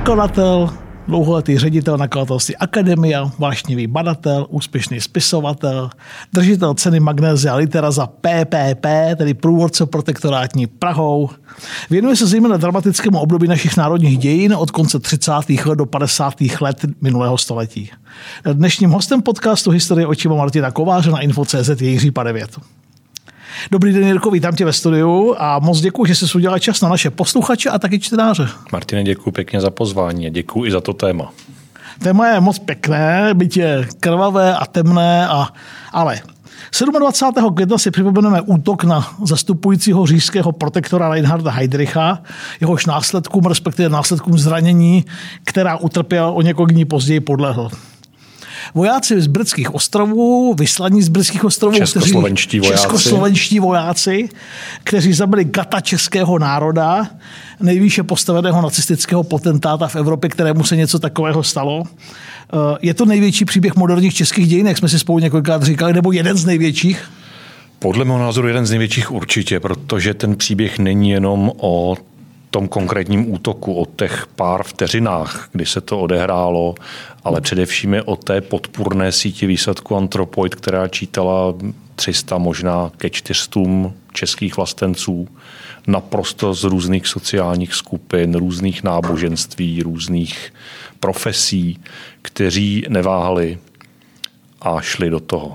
Zakladatel, dlouholetý ředitel nakladatelství Akademia, vášnivý badatel, úspěšný spisovatel, držitel ceny Magnesia Litera za PPP, tedy průvodce protektorátní Prahou. Věnuje se zejména dramatickému období našich národních dějin od konce 30. let do 50. let minulého století. Dnešním hostem podcastu Historie očima Martina Kováře na Info.cz je Jiří Padevět. Dobrý den, Jirko, vítám tě ve studiu a moc děkuji, že jsi udělal čas na naše posluchače a taky čtenáře. Martine, děkuji pěkně za pozvání a děkuji i za to téma. Téma je moc pěkné, byť je krvavé a temné, ale 27. května si připomeneme útok na zastupujícího říšského protektora Reinharda Heydricha, jehož následkům, respektive následkům zranění, která utrpěl o několik dní později, podlehl. Vojáci z britských ostrovů, vyslaní z britských ostrovů, českoslovenští vojáci, kteří zabili gata českého národa, nejvýše postaveného nacistického potentáta v Evropě, kterému se něco takového stalo. Je to největší příběh moderních českých dějin, jak jsme si spolu několikrát říkali, nebo jeden z největších? Podle mého názoru jeden z největších určitě, protože ten příběh není jenom o tom konkrétním útoku, o těch pár vteřinách, kdy se to odehrálo, ale především je o té podpůrné síti výsadku Anthropoid, která čítala 300, možná ke 400 českých vlastenců, naprosto z různých sociálních skupin, různých náboženství, různých profesí, kteří neváhali a šli do toho.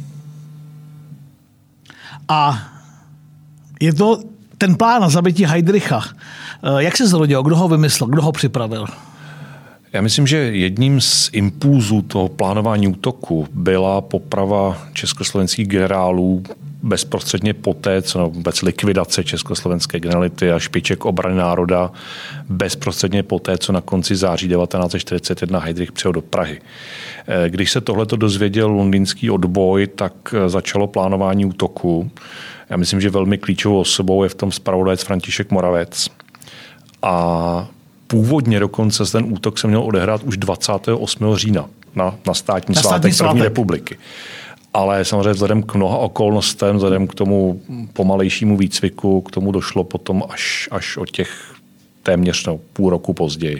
A je to ten plán na zabití Heydricha. Jak se zrodil? Kdo ho vymyslel? Kdo ho připravil? Já myslím, že jedním z impulzů toho plánování útoku byla poprava československých generálů bezprostředně poté, co vůbec likvidace československé generality a špiček obrany národa, bezprostředně poté, co na konci září 1941 Heydrich přijel do Prahy. Když se tohleto dozvěděl londýnský odboj, tak začalo plánování útoku. Já myslím, že velmi klíčovou osobou je v tom zpravodajec František Moravec. A původně dokonce ten útok se měl odehrát už 28. října na státní svátek první republiky. Ale samozřejmě vzhledem k mnoha okolnostem, vzhledem k tomu pomalejšímu výcviku, k tomu došlo potom až o těch téměř půl roku později.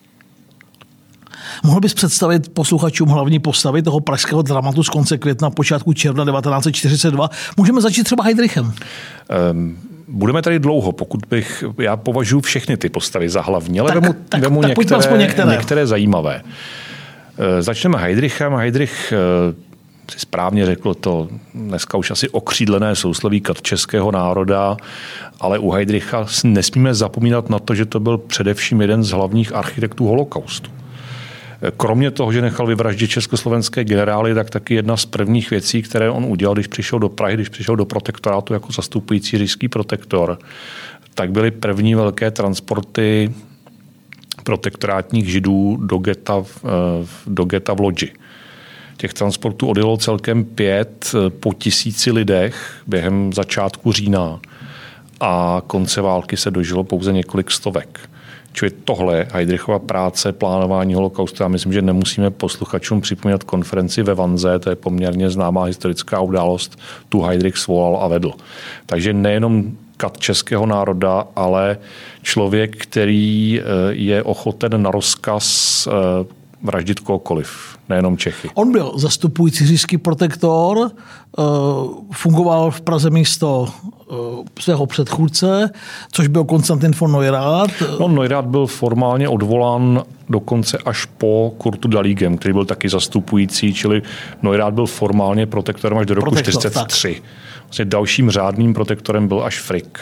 Mohl bys představit posluchačům hlavní postavy toho pražského dramatu z konce května, počátku června 1942? Můžeme začít třeba Heydrichem. Budeme tady dlouho, já považuji všechny ty postavy za hlavní, ale vemu některé zajímavé. Začneme Heydrichem. Heydrich, si správně řekl to, dneska už asi okřídlené sousloví kat českého národa, ale u Heydricha nesmíme zapomínat na to, že to byl především jeden z hlavních architektů holokaustu. Kromě toho, že nechal vyvraždit československé generály, tak taky jedna z prvních věcí, které on udělal, když přišel do Prahy, když přišel do protektorátu jako zastupující říšský protektor, tak byly první velké transporty protektorátních židů do geta v Lodži. Těch transportů odjelo celkem 5 po 1000 lidech během začátku října a konce války se dožilo pouze několik stovek. Čili tohle Heydrichova práce, plánování holokaustu. Já myslím, že nemusíme posluchačům připomínat konferenci ve Vanze, to je poměrně známá historická událost, tu Heydrich svolal a vedl. Takže nejenom kat českého národa, ale člověk, který je ochoten na rozkaz vraždit kohokoliv, nejenom Čechy. On byl zastupující říšský protektor, fungoval v Praze místo svého předchůdce, což byl Konstantin von Neurath. Neurath byl formálně odvolán dokonce až po Kurtu Dalígem, který byl taky zastupující, čili Neurath byl formálně protektorem až do roku 1943. Vlastně dalším řádným protektorem byl až Frick.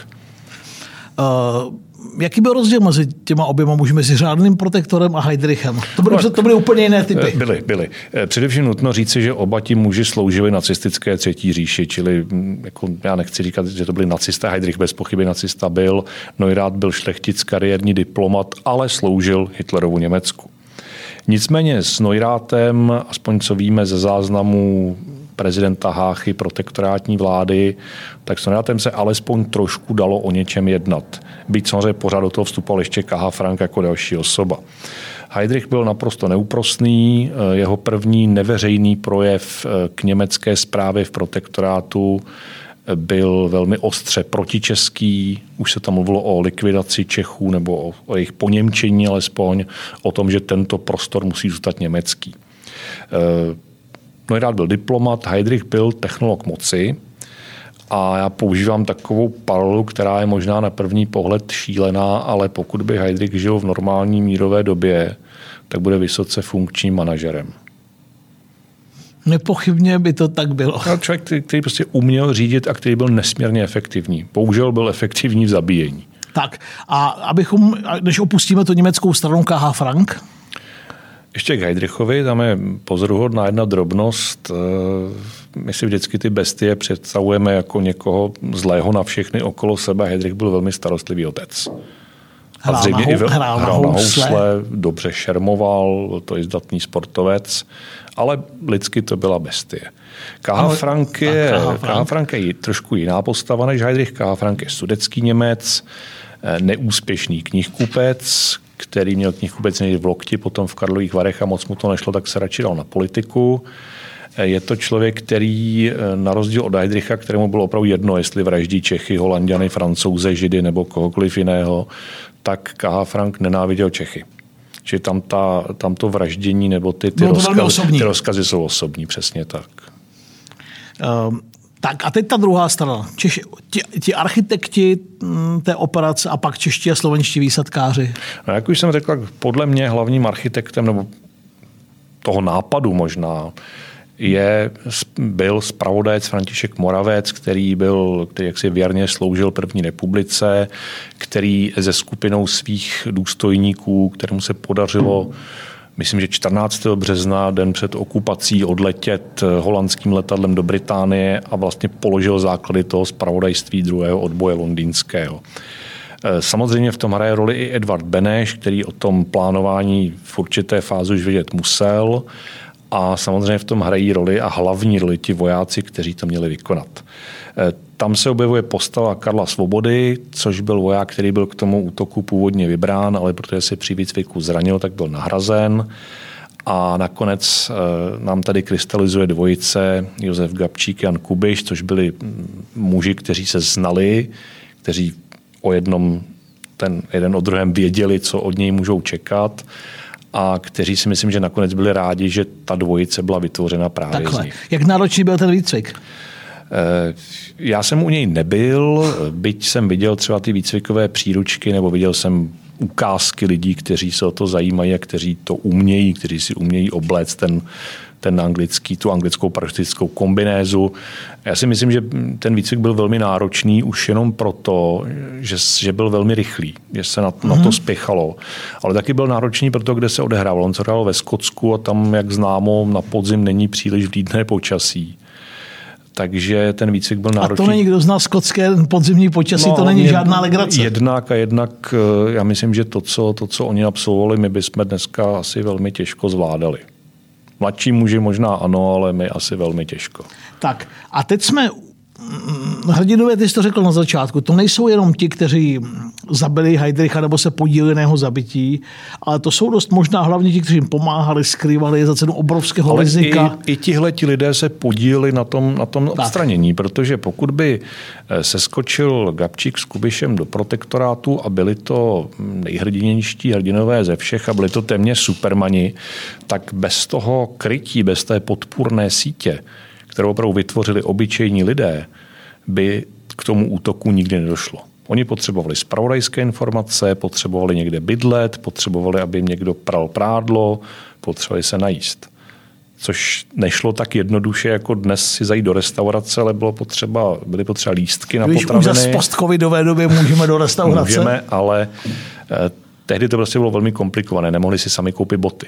Jaký byl rozdíl mezi těma oběma muži, mezi řádným protektorem a Heydrichem? To byly úplně jiné typy. Byly. Především nutno říci, že oba ti muži sloužili nacistické třetí říši, čili jako já nechci říkat, že to byli nacisté. Heydrich bez pochyby nacista byl. Neurath byl šlechtic, kariérní diplomat, ale sloužil Hitlerovu Německu. Nicméně s Neurathem, aspoň co víme ze záznamů prezidenta Háchy, protektorátní vlády, tak s Neurathem se alespoň trošku dalo o něčem jednat. Byť samozřejmě pořád do toho vstupoval ještě K.H. Frank jako další osoba. Heydrich byl naprosto neúprosný, jeho první neveřejný projev k německé správě v protektorátu byl velmi ostře protičeský, už se tam mluvilo o likvidaci Čechů nebo o jejich poněmčení alespoň, o tom, že tento prostor musí zůstat německý. Neurath byl diplomat, Heydrich byl technolog moci a já používám takovou paralelu, která je možná na první pohled šílená, ale pokud by Heydrich žil v normální mírové době, tak bude vysoce funkčním manažerem. Nepochybně by to tak bylo. Člověk, který prostě uměl řídit a který byl nesmírně efektivní. Bohužel byl efektivní v zabíjení. Tak a než opustíme to německou stranu KH Frank? Ještě k Heydrichovi, tam je pozoruhodná jedna drobnost. My si vždycky ty bestie představujeme jako někoho zlého na všechny okolo sebe. Heydrich byl velmi starostlivý otec. Hrál na housle, dobře šermoval, byl to i zdatný sportovec, ale lidsky to byla bestie. KH Frank je trošku jiná postava než Heydrich. KH Frank je sudetský Němec, neúspěšný knihkupec, který měl knihkubec někdy v lokti, potom v Karlových Varech a moc mu to nešlo, tak se radši dal na politiku. Je to člověk, který na rozdíl od Heydricha, kterému bylo opravdu jedno, jestli vraždí Čechy, Holanďany, Francouze, Židy nebo kohokoliv jiného, tak KH Frank nenáviděl Čechy. Čili tam to vraždění nebo ty rozkazy jsou osobní, přesně tak. Tak a teď ta druhá strana. Ti architekti té operace a pak čeští a slovenští výsadkáři. No, jak už jsem řekl, podle mě hlavním architektem nebo toho nápadu možná byl zpravodajec František Moravec, který jaksi věrně sloužil první republice, který ze skupinou svých důstojníků, kterému se podařilo, myslím, že 14. března, den před okupací, odletět holandským letadlem do Británie a vlastně položil základy toho zpravodajství druhého odboje londýnského. Samozřejmě v tom hraje roli i Edvard Beneš, který o tom plánování v určité fázi už vědět musel. A samozřejmě v tom hrají roli a hlavní roli ti vojáci, kteří to měli vykonat. Tam se objevuje postava Karla Svobody, což byl voják, který byl k tomu útoku původně vybrán, ale protože se při výcviku zranil, tak byl nahrazen. A nakonec nám tady krystalizuje dvojice Josef Gabčík, Jan Kubiš, což byli muži, kteří se znali, kteří jeden o druhém věděli, co od něj můžou čekat, a kteří si myslím, že nakonec byli rádi, že ta dvojice byla vytvořena právě z nich. Jak náročný byl ten výcvik? Já jsem u něj nebyl, byť jsem viděl třeba ty výcvikové příručky, nebo viděl jsem ukázky lidí, kteří se o to zajímají a kteří to umějí, kteří si umějí obléct tu anglickou parašutistickou kombinézu. Já si myslím, že ten výcvik byl velmi náročný už jenom proto, že byl velmi rychlý, že se na to spěchalo. Ale taky byl náročný proto, kde se odehrával. On se odehrál ve Skotsku a tam, jak známo, na podzim není příliš vlídné počasí. Takže ten výcvik byl náročný. A to není, kdo zná skotské podzimní počasí, to není žádná legrace. Jednak já myslím, že to, co oni absolvovali, my bychom dneska asi velmi těžko zvládali. Mladší muži možná ano, ale my asi velmi těžko. Tak a teď jsme hrdinové, ty jsi to řekl na začátku, to nejsou jenom ti, kteří zabili Heydricha nebo se podíleli na jeho zabití, ale to jsou dost možná hlavně ti, kteří jim pomáhali, skrývali za cenu obrovského rizika. I tihleti lidé se podíleli na tom odstranění, protože pokud by seskočil Gabčík s Kubišem do protektorátu a byli to nejhrdinnější hrdinové ze všech a byli to téměř supermani, tak bez toho krytí, bez té podpůrné sítě, kterou opravdu vytvořili obyčejní lidé, by k tomu útoku nikdy nedošlo. Oni potřebovali zpravodajské informace, potřebovali někde bydlet, potřebovali, aby jim někdo pral prádlo, potřebovali se najíst. Což nešlo tak jednoduše, jako dnes si zajít do restaurace, ale byly potřeba lístky na potraviny. Už zase v postcovidové době můžeme do restaurace? Můžeme, ale tehdy to prostě bylo velmi komplikované. Nemohli si sami koupit boty.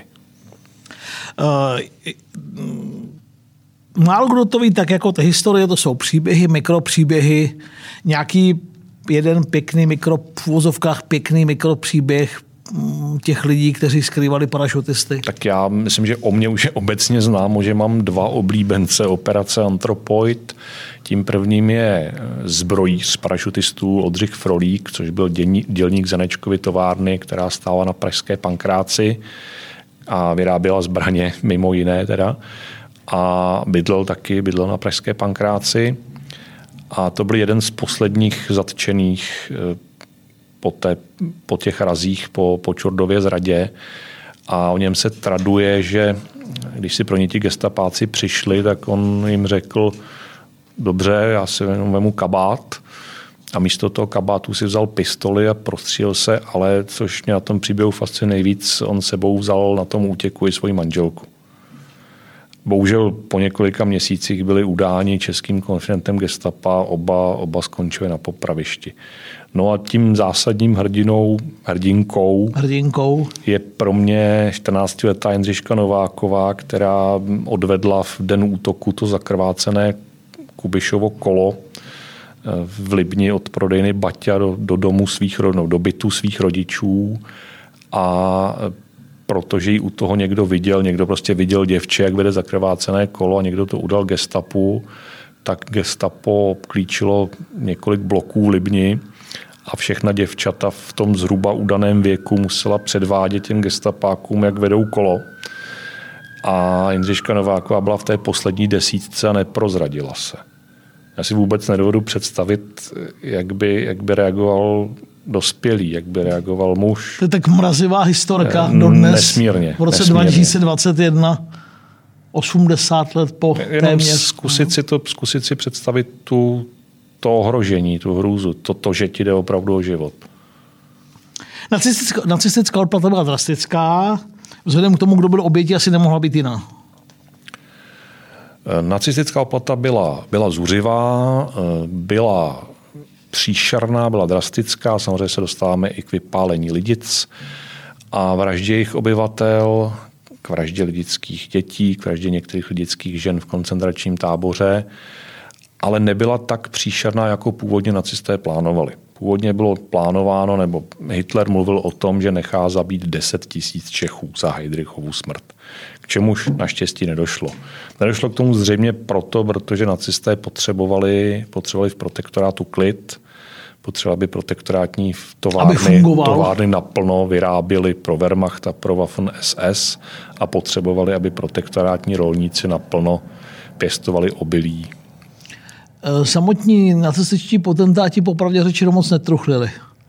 Málo kdo to ví, tak jako ta historie, to jsou příběhy, mikropříběhy, nějaký jeden v uvozovkách pěkný mikropříběh těch lidí, kteří skrývali parašutisty. Tak já myslím, že o mě už je obecně známo, že mám 2 oblíbence operace Anthropoid. Tím prvním je zbrojíř parašutistů Oldřich Frolík, což byl dělník Zanečkovy továrny, která stála na pražské Pankráci a vyráběla zbraně, mimo jiné teda. A bydlel na pražské Pankráci. A to byl jeden z posledních zatčených po těch razích po Čordově zradě. A o něm se traduje, že když si pro ně ti gestapáci přišli, tak on jim řekl, dobře, já si jenom vemu kabát. A místo toho kabátu si vzal pistoli a prostřílel se, ale což mě na tom příběhu fascinuje nejvíc, on sebou vzal na tom útěku i svoji manželku. Bohužel po několika měsících byli udáni českým konfidentem gestapa, oba skončili na popravišti. No a tím zásadním hrdinkou je pro mě 14letá Jindřiška Nováková, která odvedla v den útoku to zakrvácené Kubišovo kolo v Libni od prodejny Baťa do domu do bytu svých rodičů, a protože ji u toho někdo prostě viděl děvče, jak vede zakrvácené kolo, a někdo to udal gestapu, tak gestapo obklíčilo několik bloků v Libni a všechna děvčata v tom zhruba udaném věku musela předvádět těm gestapákům, jak vedou kolo. A Jindřiška Nováková byla v té poslední desítce a neprozradila se. Já si vůbec nedovedu představit, jak by reagoval dospělý, jak by reagoval muž. To je tak mrazivá historka dodnes. Nesmírně. V roce 2021, 80 let po téměř. Zkusit si představit to ohrožení, tu hrůzu, to, že ti jde opravdu o život. Nacistická odplata byla drastická. Vzhledem k tomu, kdo byl obětí, asi nemohla být jiná. Nacistická odplata byla zuřivá, byla příšerná, byla drastická. Samozřejmě se dostáváme i k vypálení lidic a vraždě jejich obyvatel, k vraždě lidických dětí, k vraždě některých lidických žen v koncentračním táboře, ale nebyla tak příšerná, jako původně nacisté plánovali. Původně bylo plánováno, nebo Hitler mluvil o tom, že nechá zabít 10 000 Čechů za Heydrichovu smrt. K čemuž naštěstí nedošlo. Nedošlo k tomu zřejmě protože nacisté potřebovali v protektorátu klid, potřebovali, aby protektorátní továrny naplno vyráběly pro Wehrmacht a pro Waffen SS a potřebovali, aby protektorátní rolníci naplno pěstovali obilí. Samotní nacističtí potentáti popravdě řečeno moc netruchlili.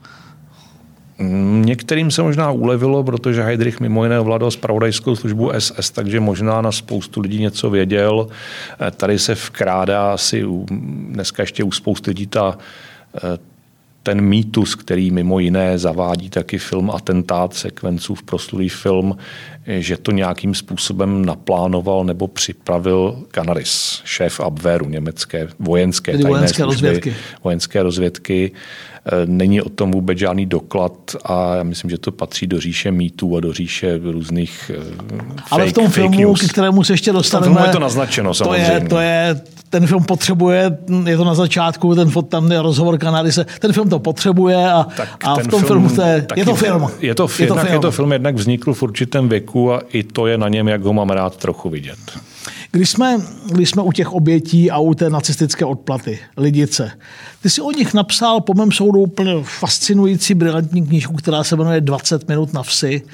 Některým se možná ulevilo, protože Heydrich mimo jiné ovládal zpravodajskou službu SS, takže možná na spoustu lidí něco věděl. Tady se vkrádá asi dneska ještě u spousty lidí ten mýtus, který mimo jiné zavádí taky film Atentát, sekvencův proslulý film, že to nějakým způsobem naplánoval nebo připravil Canaris, šéf Abwehru, německé vojenské tajné služby, vojenské rozvědky. Není o tom vůbec žádný doklad a já myslím, že to patří do říše mýtů a do říše různých ale v tom filmu, ke kterému se ještě dostaneme, je to naznačeno samozřejmě. Ten film potřebuje, je to na začátku, tam je rozhovor Canarise, ten film to potřebuje a v tom filmu je to film. Je to film, jednak vznikl v určitém věku a i to je na něm, jak ho mám rád trochu vidět. Když jsme u těch obětí a u té nacistické odplaty, Lidice, ty si o nich napsal po mém soudu úplně fascinující, brilantní knížku, která se jmenuje 20 minut na vsi.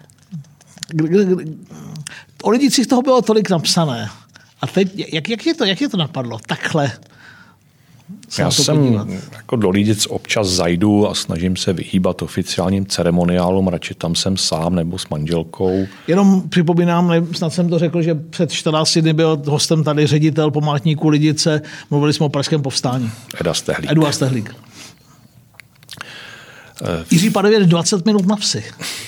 O Lidicích toho bylo tolik napsané. A teď, jak je to napadlo? Takhle. Já jsem jako do Lidic občas zajdu a snažím se vyhýbat oficiálním ceremoniálům, radši tam jsem sám nebo s manželkou. Jenom připomínám, snad jsem to řekl, že před 14 dny byl hostem tady ředitel památníku Lidice, mluvili jsme o pražském povstání. Eduard Stehlík. Jiří Padevět 20 minut na vsi.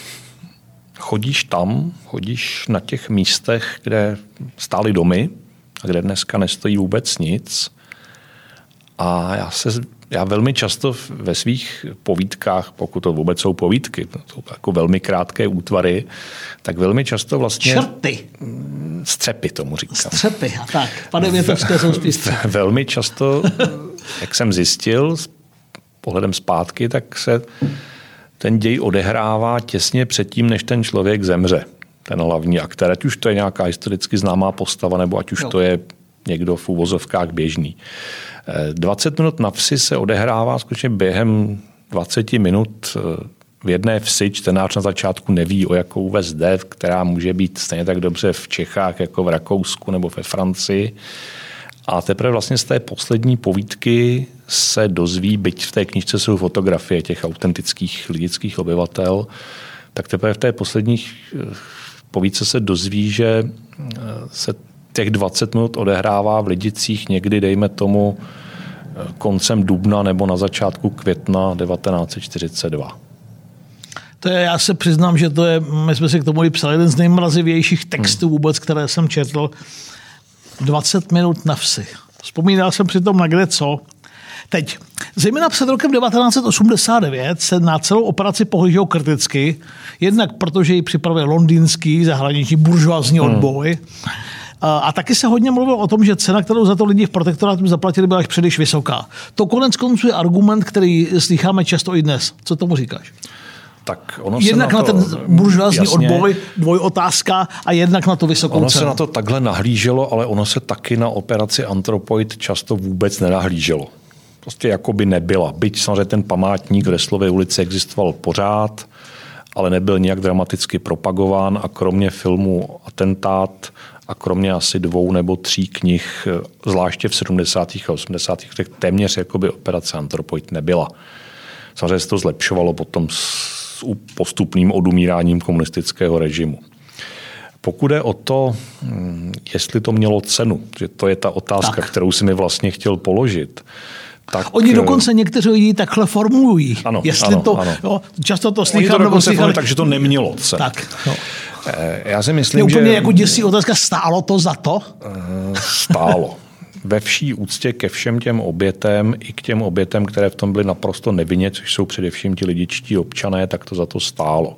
Chodíš na těch místech, kde stály domy a kde dneska nestojí vůbec nic. A já velmi často ve svých povídkách, pokud to vůbec jsou povídky, to jsou jako velmi krátké útvary, tak velmi často vlastně... Čerty. Střepy tomu říkám. Střepy, a tak. Padevětovské jsou spíš. Velmi často, jak jsem zjistil, s pohledem zpátky, tak se ten děj odehrává těsně předtím, než ten člověk zemře. Ten hlavní aktér, ať už to je nějaká historicky známá postava, nebo ať už to je někdo v úvozovkách běžný. 20 minut na vsi se odehrává skutečně během 20 minut v jedné vsi. Čtenář na začátku neví, o jakou ves jde, která může být stejně tak dobře v Čechách, jako v Rakousku nebo ve Francii. A teprve vlastně z té poslední povídky se dozví, byť v té knížce jsou fotografie těch autentických lidických obyvatel, tak teprve v té poslední povídce se dozví, že se těch 20 minut odehrává v Lidicích někdy, dejme tomu, koncem dubna nebo na začátku května 1942. Já se přiznám, že my jsme si k tomu psali jeden z nejmrazivějších textů vůbec, které jsem četl. 20 minut na vsi. Vzpomínal jsem přitom na kde co. Teď, zejména před rokem 1989 se na celou operaci pohlížel kriticky, jednak protože ji připravil londýnský zahraniční buržoazní odboj. A taky se hodně mluvilo o tom, že cena, kterou za to lidi v protektorátu zaplatili, byla až příliš vysoká. To konec konců je argument, který slycháme často i dnes. Co tomu říkáš? Tak ono jednak se na ten buržoazní odboj, dvojotázka, a jednak na to vysokou cenu. Ono se na to takhle nahlíželo, ale ono se taky na operaci Anthropoid často vůbec nenahlíželo. Prostě jako by nebyla. Byť samozřejmě ten památník v Resslově ulici existoval pořád, ale nebyl nějak dramaticky propagován a kromě filmu Atentát a kromě asi 2 nebo 3 knih, zvláště v 70. a 80. letech, téměř jakoby operace Anthropoid nebyla. Samozřejmě se to zlepšovalo potom s postupným odumíráním komunistického režimu. Pokud je o to, jestli to mělo cenu, že to je ta otázka, kterou si mi vlastně chtěl položit, tak oni dokonce někteří lidi takhle formulují. Ano, jestli ano, to, ano. Jo, často to slychám. Oni to dokonce formulují, takže to nemělo cenu. Tak, no. Já si myslím, je úplně jako děsí otázka, stálo to za to? Stálo. Ve vší úctě ke všem těm obětem, i k těm obětem, které v tom byly naprosto nevinně, což jsou především ti lidičtí občané, tak to za to stálo.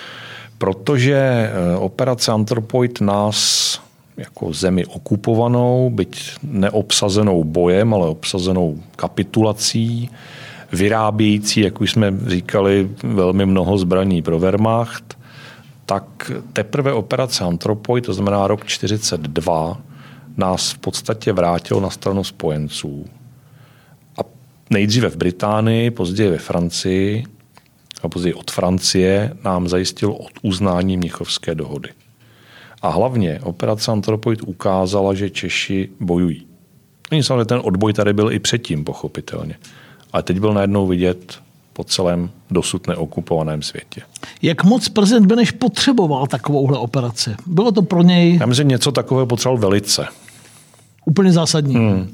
Protože operace Anthropoid nás jako zemi okupovanou, byť neobsazenou bojem, ale obsazenou kapitulací, vyrábějící, jak už jsme říkali, velmi mnoho zbraní pro Wehrmacht, tak teprve operace Anthropoid, to znamená rok 1942, nás v podstatě vrátil na stranu spojenců. A nejdříve v Británii, později ve Francii a později od Francie nám zajistil oduznání Mnichovské dohody. A hlavně operace Anthropoid ukázala, že Češi bojují. Oni samozřejmě ten odboj tady byl i předtím, pochopitelně. Ale teď byl najednou vidět po celém dosud neokupovaném světě. Jak moc prezident Beneš potřeboval takovouhle operaci? Bylo to pro něj... Já myslím, že něco takového potřeboval velice. Úplně zásadní.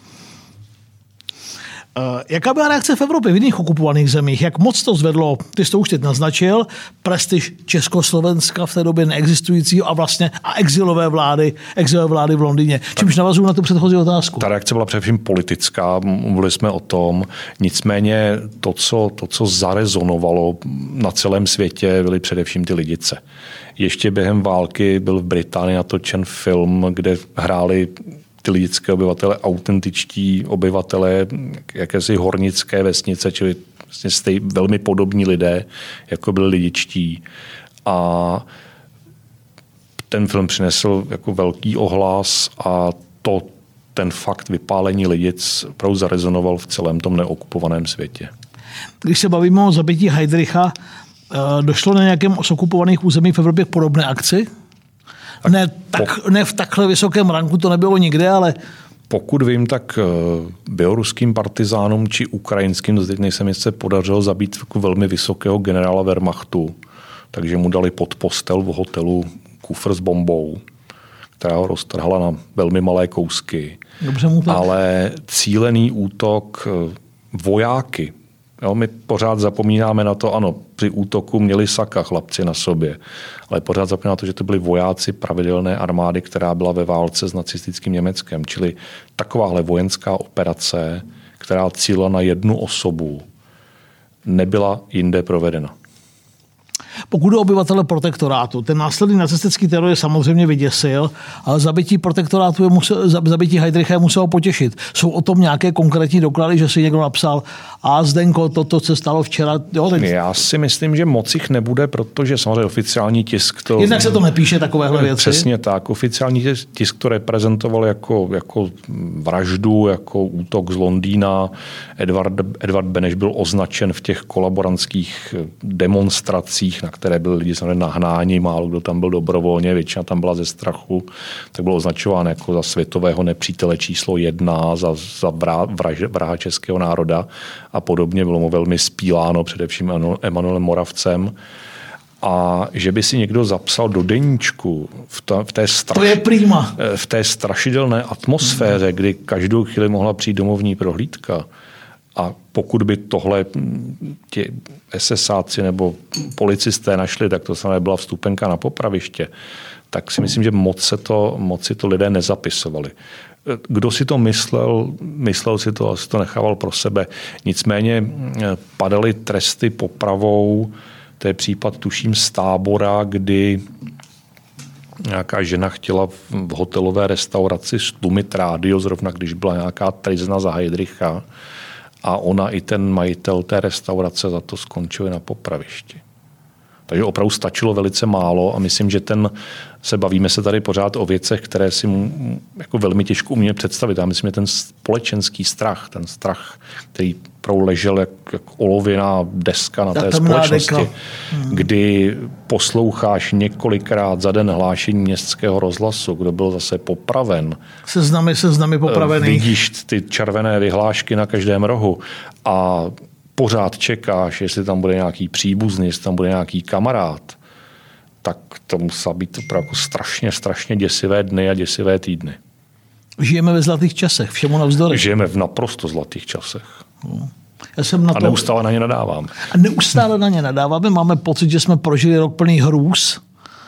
Jaká byla reakce v Evropě, v jiných okupovaných zemích? Jak moc to zvedlo, ty jsi to už teď naznačil, prestiž Československa v té době neexistujícího a exilové vlády v Londýně? Čímž navazuju na tu předchozí otázku. Ta reakce byla především politická, mluvili jsme o tom. Nicméně to, co zarezonovalo na celém světě, byly především ty Lidice. Ještě během války byl v Británii natočen film, kde hráli ty lidické obyvatele, autentičtí obyvatele jakési hornické vesnice, čili vlastně velmi podobní lidé, jako byli lidičtí. A ten film přinesl jako velký ohlas a ten fakt vypálení Lidic opravdu zarezonoval v celém tom neokupovaném světě. Když se bavíme o zabití Heydricha, došlo na nějakém z okupovaných území v Evropě podobné akci? Ne v takhle vysokém ranku to nebylo nikde, ale... Pokud vím, tak běloruským partizánům či ukrajinským, teď nejsem se podařilo zabít jako velmi vysokého generála Wehrmachtu, takže mu dali pod postel v hotelu kufr s bombou, která ho roztrhala na velmi malé kousky. Dobře mu tak. Ale cílený útok vojáky, jo, my pořád zapomínáme na to, ano, při útoku měli saka chlapci na sobě, ale pořád zapomínáme na to, že to byli vojáci pravidelné armády, která byla ve válce s nacistickým Německem. Čili takováhle vojenská operace, která cílila na jednu osobu, nebyla jinde provedena. Pokud o obyvatele protektorátu, ten následný nacistický teror je samozřejmě vyděsil, ale zabití protektorátu zabití Heydricha je muselo potěšit. Jsou o tom nějaké konkrétní doklady, že si někdo napsal: a Zdenko, toto se stalo včera. Jo, já si myslím, že moc jich nebude, protože samozřejmě oficiální tisk to... Jednak se to nepíše, takovéhle věci. Přesně tak. Oficiální tisk to reprezentoval jako vraždu, jako útok z Londýna. Edvard Beneš byl označen v těch kolaborantských demonstracích na které byli lidi samozřejmě nahnáni, málo kdo tam byl dobrovolně, většina tam byla ze strachu, tak bylo označováno jako za světového nepřítele číslo 1, za vraha českého národa a podobně. Bylo mu velmi spíláno především Emanuelem Moravcem. A že by si někdo zapsal do deníčku v té strašidelné atmosféře, kdy každou chvíli mohla přijít domovní prohlídka, a pokud by tohle ti SSáci nebo policisté našli, tak to samozřejmě byla vstupenka na popraviště, tak si myslím, že moc si to lidé nezapisovali. Kdo si to myslel si to, asi to nechával pro sebe. Nicméně padaly tresty popravou. To je případ, tuším, z Tábora, kdy nějaká žena chtěla v hotelové restauraci stlumit rádio, zrovna když byla nějaká tryzna za Heydricha, a ona i ten majitel té restaurace za to skončili na popravišti. Takže opravdu stačilo velice málo a myslím, že bavíme se tady pořád o věcech, které si jako velmi těžko umíme představit. Já myslím, že ten společenský strach, ten strach, který ležel jak olověná deska na té společnosti, kdy posloucháš několikrát za den hlášení městského rozhlasu, kdo byl zase popraven. Seznamy popravených. Vidíš ty červené vyhlášky na každém rohu a pořád čekáš, jestli tam bude nějaký příbuzný, jestli tam bude nějaký kamarád, tak to musí být opravdu strašně děsivé dny a děsivé týdny. Žijeme ve zlatých časech, všemu navzdory. Žijeme v naprosto zlatých časech. A neustále na ně nadávám. A neustále na ně nadáváme. Máme pocit, že jsme prožili rok plný hrůz.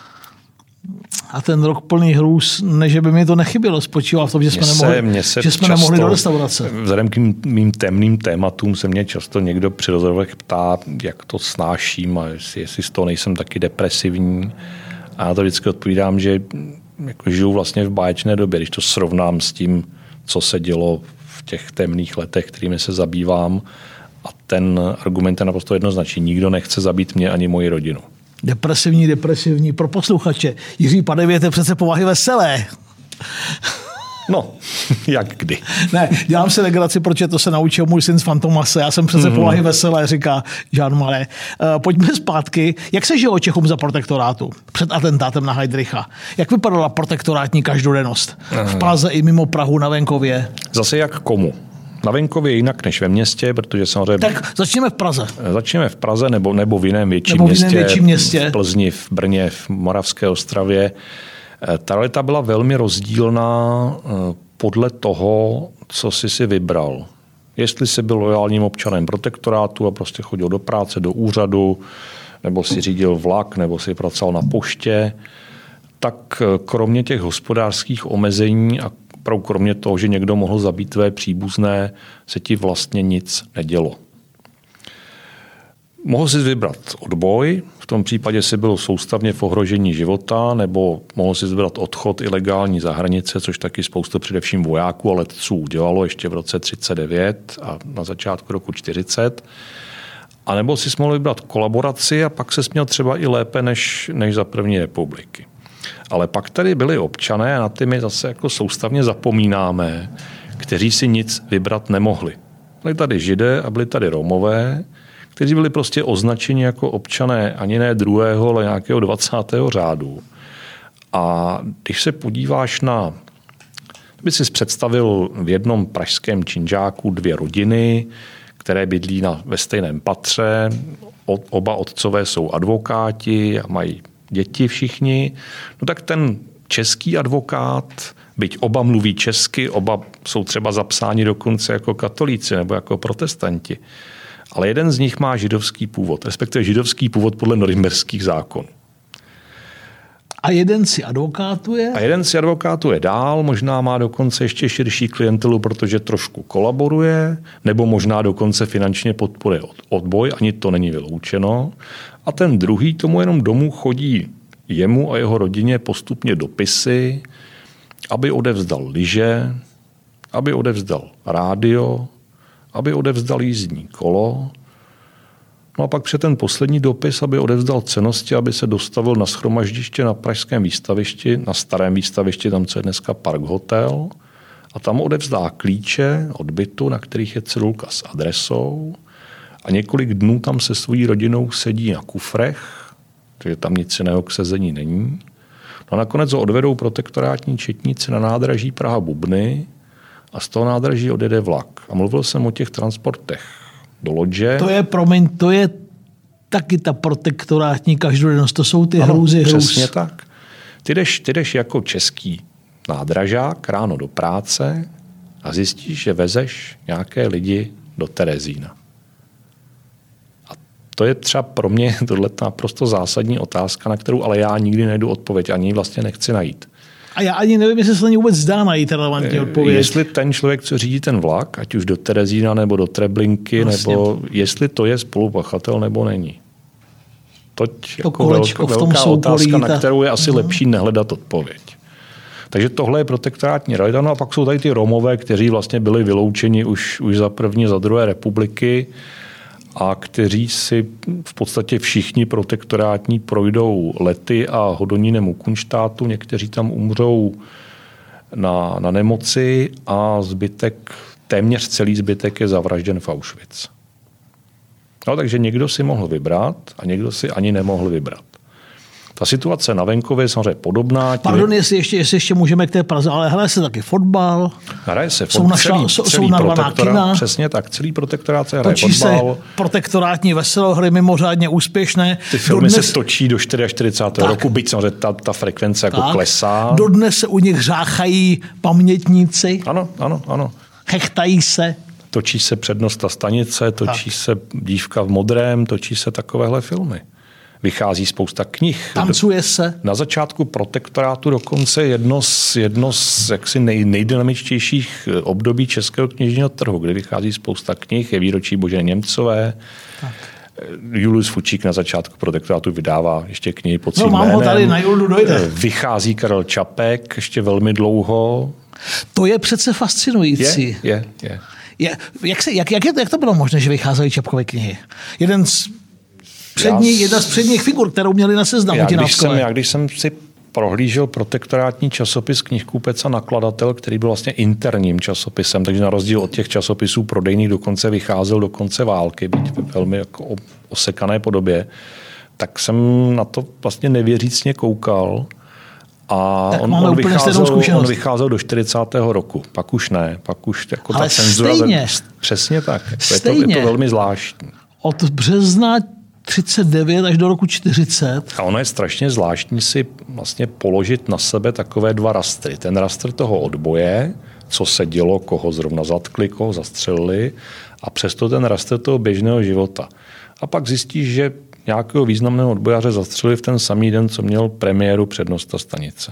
A ten rok plný hrůz, ne, že by mi to nechybělo, spočíval v tom, že jsme nemohli do restaurace. Vzhledem k mým temným tématům se mě často někdo při rozhovorech ptá, jak to snáším a jestli z toho nejsem taky depresivní. A já to vždycky odpovídám, že jako žiju vlastně v báječné době, když to srovnám s tím, co se dělo v těch temných letech, kterými se zabývám. A ten argument je naprosto jednoznačný. Nikdo nechce zabít mě ani moji rodinu. Depresivní. Pro posluchače. Jiří Padevět je přece povahy veselé. No, jak kdy. Ne, dělám si legraci, protože to se naučil můj syn z Fantomase. Já jsem přece povahy veselé, říká Jean Malé. Pojďme zpátky. Jak se žilo Čechům za protektorátu před atentátem na Heydricha? Jak vypadala protektorátní každodennost? V Praze i mimo Prahu, na venkově? Zase jak komu? Na venkově jinak než ve městě, protože samozřejmě... Tak začněme v Praze. Začněme v Praze nebo v jiném větším městě. V Plzni, v Brně, v Moravské Ostravě. Ta realita byla velmi rozdílná podle toho, co jsi si vybral. Jestli jsi byl lojálním občanem protektorátu a prostě chodil do práce, do úřadu, nebo si řídil vlak, nebo si pracoval na poště, tak kromě těch hospodářských omezení a kromě toho, že někdo mohl zabít tvé příbuzné, se ti vlastně nic nedělo. Mohl si vybrat odboj, v tom případě si byl soustavně v ohrožení života, nebo mohl si vybrat odchod ilegální za hranice, což taky spousta především vojáků a letců udělalo ještě v roce 1939 a na začátku roku 1940. A nebo si mohl vybrat kolaboraci a pak se směl třeba i lépe než za první republiky. Ale pak tady byli občané, a na ty my zase jako soustavně zapomínáme, kteří si nic vybrat nemohli. Byli tady Židé a byli tady Romové, kteří byli prostě označeni jako občané ani ne druhého, ale nějakého 20. řádu. A když se podíváš by si představil v jednom pražském činžáku 2 rodiny, které bydlí ve stejném patře, oba otcové jsou advokáti a mají děti všichni, no tak ten český advokát, byť oba mluví česky, oba jsou třeba zapsáni dokonce jako katolíci nebo jako protestanti, ale jeden z nich má židovský původ, respektive židovský původ podle norimberských zákonů. A jeden si advokátuje? A jeden si advokátuje dál, možná má dokonce ještě širší klientelu, protože trošku kolaboruje, nebo možná dokonce finančně podporuje odboj, ani to není vyloučeno. A ten druhý tomu jenom domů chodí jemu a jeho rodině postupně dopisy, aby odevzdal lyže, aby odevzdal rádio, aby odevzdal jízdní kolo. No a pak před ten poslední dopis, aby odevzdal cennosti, aby se dostavil na shromaždiště na pražském výstavišti, na starém výstavišti, tam co je dneska Park Hotel, a tam odevzdá klíče od bytu, na kterých je cedulka s adresou, a několik dnů tam se svojí rodinou sedí na kufrech takže tam nic jiného k sezení není. No a nakonec ho odvedou protektorátní četníci na nádraží Praha-Bubny a z toho nádraží odjede vlak. A mluvil jsem o těch transportech do Lodže. To je taky ta protektorátní každodennost, to jsou ty hrůzy hrůz. Přesně tak. Ty jdeš jako český nádražák ráno do práce a zjistíš, že vezeš nějaké lidi do Terezína. A to je třeba pro mě tohleto naprosto zásadní otázka, na kterou ale já nikdy najdu odpověď, ani vlastně nechci najít. A já ani nevím, jestli se na ně vůbec dá najít relevantní odpověď. Jestli ten člověk, co řídí ten vlak, ať už do Terezína nebo do Treblinky, vlastně. Nebo jestli to je spolupachatel nebo není. Toť jako velká otázka, na kterou je asi lepší nehledat odpověď. Takže tohle je protektorátní realita. No a pak jsou tady ty Romové, kteří vlastně byli vyloučeni už za první, za druhé republiky a kteří si v podstatě všichni protektorátní projdou Lety a Hodonínem u Kunštátu. Někteří tam umřou na nemoci a téměř celý zbytek je zavražděn v Auschwitz. No, takže někdo si mohl vybrat a někdo si ani nemohl vybrat. Ta situace na venkově je samozřejmě podobná. Pardon, jestli ještě můžeme k té Praze, ale hraje se taky fotbal. Hraje se fotbal. Jsou narvaná kina. Přesně tak, celý protektorát se hraje fotbal. Se protektorátní veselohry mimořádně úspěšné. Ty filmy se točí do 44. roku, byť samozřejmě ta frekvence jako klesá. Dodnes se u nich řáchají pamětníci. Ano. Chechtají se. Točí se Přednosta stanice, točí se Dívka v modrém, točí se takovéhle filmy. Vychází spousta knih. Tancuje se. Na začátku protektorátu dokonce jedno z jaksi nejdynamičtějších období českého knižního trhu, kde vychází spousta knih, je výročí Boženy Němcové. Tak. Julius Fučík na začátku protektorátu vydává ještě knihy pod svým jménem. Mám ho tady, na Julu dojde. Vychází Karel Čapek ještě velmi dlouho. To je přece fascinující. Je. Jak to bylo možné, že vycházely Čapkovy knihy? Jedna z předních figur, kterou měli na seznamu. Když jsem si prohlížel protektorátní časopis Knihkupec a nakladatel, který byl vlastně interním časopisem, takže na rozdíl od těch časopisů prodejných dokonce vycházel do konce války, byť ve velmi jako osekané podobě, tak jsem na to vlastně nevěřícně koukal. A on vycházel do 40. roku. Pak už ne. Pak už jako ale ta cenzura. Stejně. Přesně tak. Je to velmi zvláštní. Od března 39 až do roku 40. A ono je strašně zvláštní si vlastně položit na sebe takové dva rastry. Ten rastr toho odboje, co se dělo, koho zrovna zatkli, koho zastřelili, a přesto ten rastr toho běžného života. A pak zjistíš, že nějakého významného odbojáře zastřelili v ten samý den, co měl premiéru Přednosta stanice.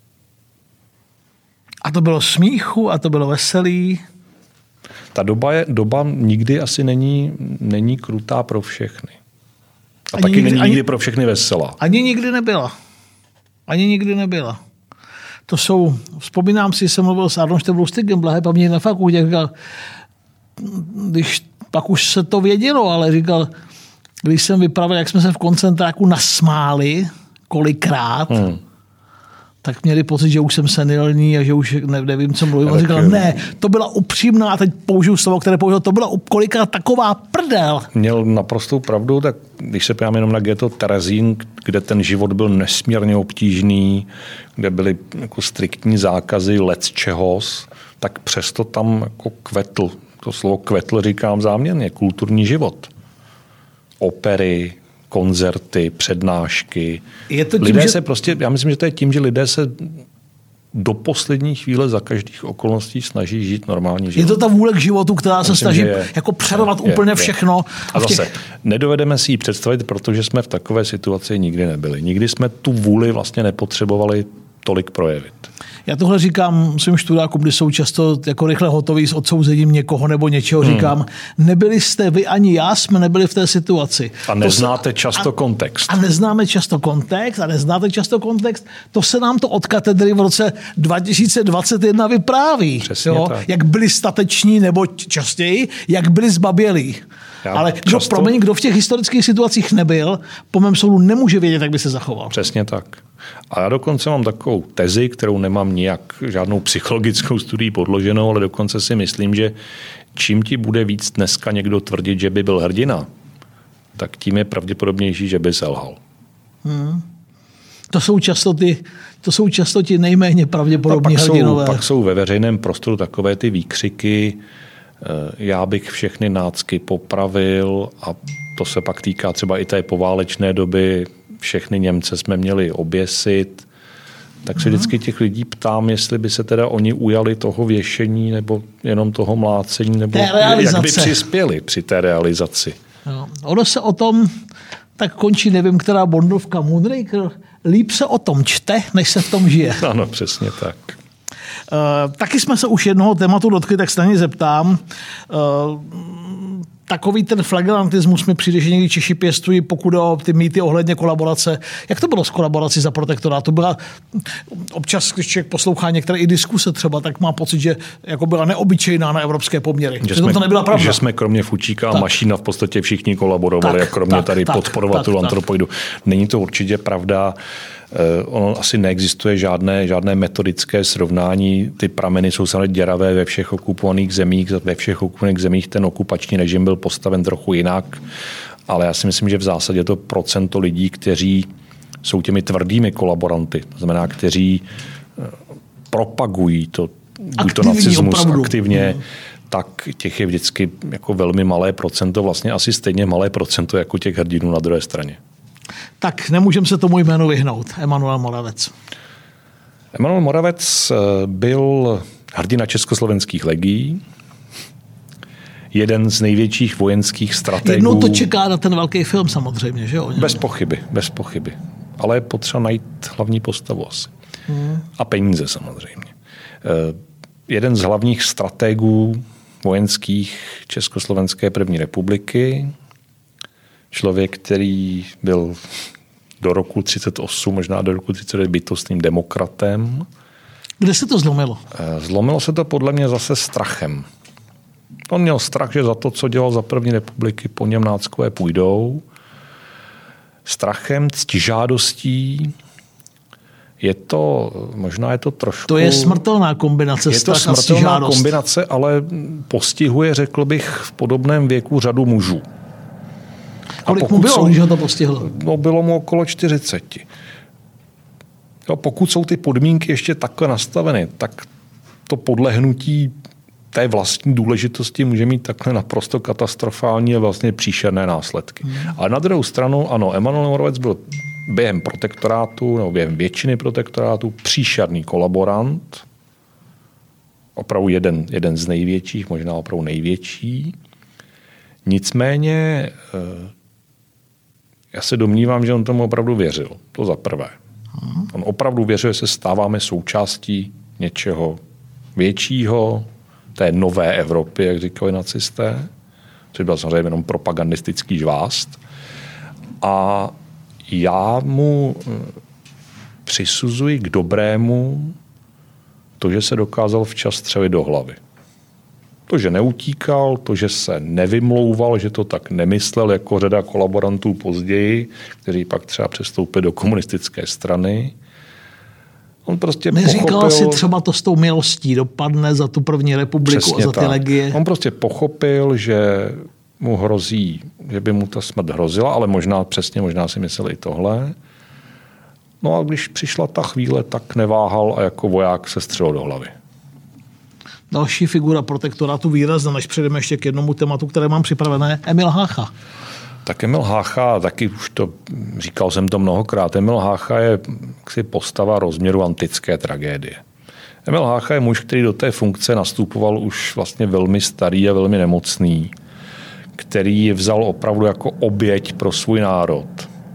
A to bylo smíchu, a to bylo veselý. Ta doba nikdy asi není krutá pro všechny. A taky není nikdy pro všechny veselá. Ani nikdy nebyla. To jsou, vzpomínám si, jsem mluvil s Arnoštem Lustigem, blahé paměti na fakultě, říkal, když pak už se to vědělo, ale říkal, když jsem vypravil, jak jsme se v koncentráku nasmáli kolikrát, tak měli pocit, že už jsem senilní a že už nevím, co mluvím. On říkal, ne, to byla upřímná, a teď použiju slovo, které použil, to byla kolikrát taková prdel. Měl naprostou pravdu, tak když se podívám jenom na ghetto Terezín, kde ten život byl nesmírně obtížný, kde byly jako striktní zákazy lecčehos, tak přesto tam jako kvetl. To slovo kvetl říkám záměrně, kulturní život. Opery, koncerty, přednášky. Já myslím, že to je tím, že lidé se do poslední chvíle za každých okolností snaží žít normální život. Je to ta vůle k životu, která se snaží jako přervat úplně všechno. A zase, nedovedeme si ji představit, protože jsme v takové situaci nikdy nebyli. Nikdy jsme tu vůli vlastně nepotřebovali tolik projevit. Já tohle říkám svým študákům, kdy jsou často jako rychle hotoví s odsouzením někoho nebo něčeho. Říkám, nebyli jste vy ani já, jsme nebyli v té situaci. A neznáte často kontext. A neznáte často kontext. To se nám to od katedry v roce 2021 vypráví. Jo? Jak byli stateční nebo častěji, jak byli zbabělí. Ale kdo v těch historických situacích nebyl, po mém soudu nemůže vědět, jak by se zachoval. Přesně tak. A já dokonce mám takovou tezi, kterou nemám žádnou psychologickou studii podloženou, ale dokonce si myslím, že čím ti bude víc dneska někdo tvrdit, že by byl hrdina, tak tím je pravděpodobnější, že by selhal. To jsou často ti nejméně pravděpodobní hrdinové. Pak jsou ve veřejném prostoru takové ty výkřiky, já bych všechny nácky popravil, a to se pak týká třeba i té poválečné doby, všechny Němce jsme měli oběsit. Tak se vždycky těch lidí ptám, jestli by se teda oni ujali toho věšení nebo jenom toho mlácení, nebo jak by přispěli při té realizaci. No, ono se o tom tak končí, nevím, která Bondovka, Moonraker. Líp se o tom čte, než se v tom žije. Ano, přesně tak. Taky jsme se už jednoho tématu dotkli, tak se na ně zeptám. Takový ten flagelantismus mi přijde, že někdy Češi pěstují, pokud o ty mýty ohledně kolaborace. Jak to bylo s kolaborací za protektorátu? Byla občas, když člověk poslouchá některé i diskuse třeba, tak má pocit, že jako byla neobyčejná na evropské poměry. Že to nebyla pravda. Že jsme kromě Fučíka a Mašína v podstatě všichni kolaborovali, a kromě tady podporovatelů antropoidu. Není to určitě pravda. Ono asi neexistuje žádné metodické srovnání. Ty prameny jsou samozřejmě děravé ve všech okupovaných zemích. Ve všech okupovaných zemích ten okupační režim byl postaven trochu jinak, ale já si myslím, že v zásadě to procento lidí, kteří jsou těmi tvrdými kolaboranty, to znamená, kteří propagují to nacismus aktivně, tak těch je vždycky jako velmi malé procento, vlastně asi stejně malé procento jako těch hrdinů na druhé straně. Tak nemůžeme se tomu jménu vyhnout. Emanuel Moravec. Emanuel Moravec byl hrdina československých legií, jeden z největších vojenských strategů. Jednou to čeká na ten velký film samozřejmě, že jo? Bez pochyby. Ale je potřeba najít hlavní postavu asi. A peníze samozřejmě. Jeden z hlavních strategů vojenských Československé první republiky, člověk, který byl do roku 1938, možná do roku 1939 bytostným demokratem. Kde se to zlomilo? Zlomilo se to podle mě zase strachem. On měl strach, že za to, co dělal za první republiky, po něm náckové půjdou. Strachem, ctižádostí. Možná je to trošku... To je smrtelná kombinace. Je to smrtelná kombinace, ale postihuje, řekl bych, v podobném věku řadu mužů. Kolik mu bylo, když ho to postihlo? No, bylo mu okolo 40. Pokud jsou ty podmínky ještě takhle nastaveny, tak to podlehnutí té vlastní důležitosti může mít takhle naprosto katastrofální a vlastně příšerné následky. Ale na druhou stranu, ano, Emanuel Moravec byl během protektorátu, nebo během většiny protektorátu příšerný kolaborant, opravdu jeden z největších, možná opravdu největší. Nicméně já se domnívám, že on tomu opravdu věřil. To za prvé. On opravdu věřil, že se stáváme součástí něčeho většího, té nové Evropy, jak říkali nacisté, což byl samozřejmě jenom propagandistický žvást. A já mu přisuzuji k dobrému to, že se dokázal včas střelit do hlavy. To, že neutíkal, to, že se nevymlouval, že to tak nemyslel jako řada kolaborantů později, kteří pak třeba přestoupili do komunistické strany. On prostě neříkal si třeba to s tou milostí dopadne za tu první republiku a za ty legie. On prostě pochopil, že mu hrozí, že by mu ta smrt hrozila, ale možná si myslel i tohle. No a když přišla ta chvíle, tak neváhal a jako voják se střelil do hlavy. Další figura protektorátu výrazná, než přejdeme ještě k jednomu tématu, které mám připravené, Emil Hácha. Tak Emil Hácha, taky už to říkal jsem to mnohokrát, Emil Hácha je postava rozměru antické tragédie. Emil Hácha je muž, který do té funkce nastupoval už vlastně velmi starý a velmi nemocný, který vzal opravdu jako oběť pro svůj národ,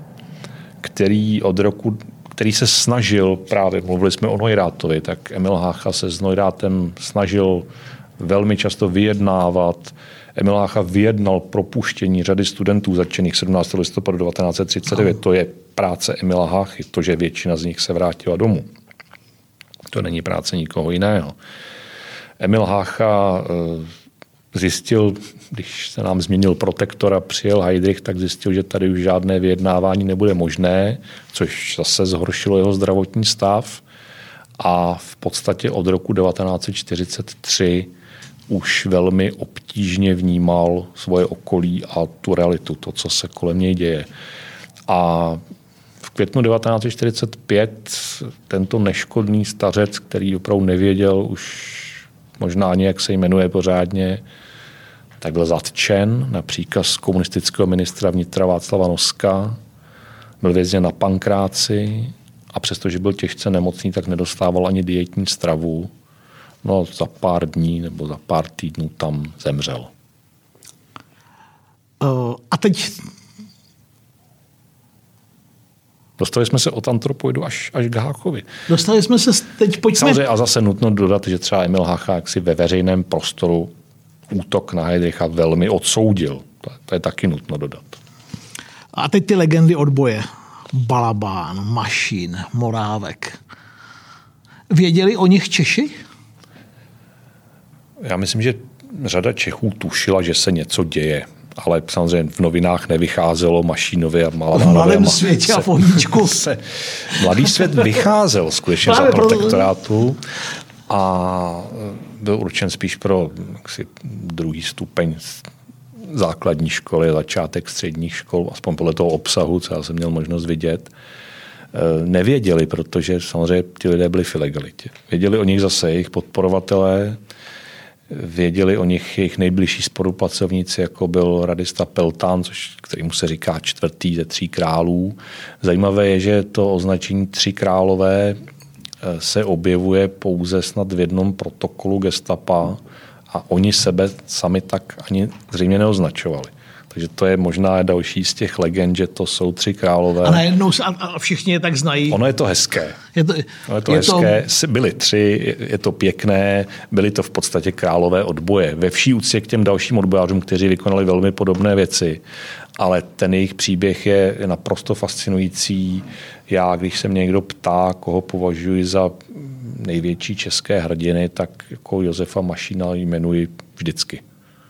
který se snažil, právě mluvili jsme o Neurathtovi, tak Emil Hácha se s Neuráthem snažil velmi často vyjednávat. Emil Hácha vyjednal propuštění řady studentů zatčených 17. listopadu 1939. To je práce Emila Háchy, to, že většina z nich se vrátila domů. To není práce nikoho jiného. Emil Hácha zjistil, když se nám změnil protektor a přijel Heydrich, tak zjistil, že tady už žádné vyjednávání nebude možné, což zase zhoršilo jeho zdravotní stav. A v podstatě od roku 1943 už velmi obtížně vnímal svoje okolí a tu realitu, to, co se kolem něj děje. A v v květnu 1945 tento neškodný stařec, který opravdu nevěděl už možná ani, jak se jmenuje pořádně, tak byl zatčen na příkaz komunistického ministra vnitra Václava Noska, byl vězněn na Pankráci a přestože byl těžce nemocný, tak nedostával ani dietní stravu. No za pár dní nebo za pár týdnů tam zemřel. A teď... Dostali jsme se od antropoidu až k Háchovi. Dostali jsme se teď, pojďme... Samozřejmě a zase nutno dodat, že třeba Emil Hácha jaksi ve veřejném prostoru útok na Heydricha velmi odsoudil. To je taky nutno dodat. A teď ty legendy odboje. Balabán, Mašín, Morávek. Věděli o nich Češi? Já myslím, že řada Čechů tušila, že se něco děje. Ale samozřejmě v novinách nevycházelo Mašínovi a Malavánovi. V Mladém světě a Pohníčku. Mladý svět vycházel skutečně za protektorátu a byl určen spíš pro druhý stupeň základní školy, začátek středních škol, aspoň podle toho obsahu, co já jsem měl možnost vidět. Nevěděli, protože samozřejmě ti lidé byli v ilegalitě. Věděli o nich zase jejich podporovatelé, věděli o nich jejich nejbližší spolupracovníci, jako byl radista Peltán, kterému se říká čtvrtý ze tří králů. Zajímavé je, že to označení tři králové se objevuje pouze snad v jednom protokolu gestapa a oni sebe sami tak ani zřejmě neoznačovali. Takže to je možná další z těch legend, že to jsou tři králové. A najednou a všichni je tak znají. Ono je to hezké. Byli tři, je to pěkné, byli to v podstatě králové odboje. Ve vší úctě k těm dalším odbojářům, kteří vykonali velmi podobné věci. Ale ten jejich příběh je naprosto fascinující. Já, když se mě někdo ptá, koho považuji za největší české hrdiny, tak jako Josefa Mašína jmenuji vždycky.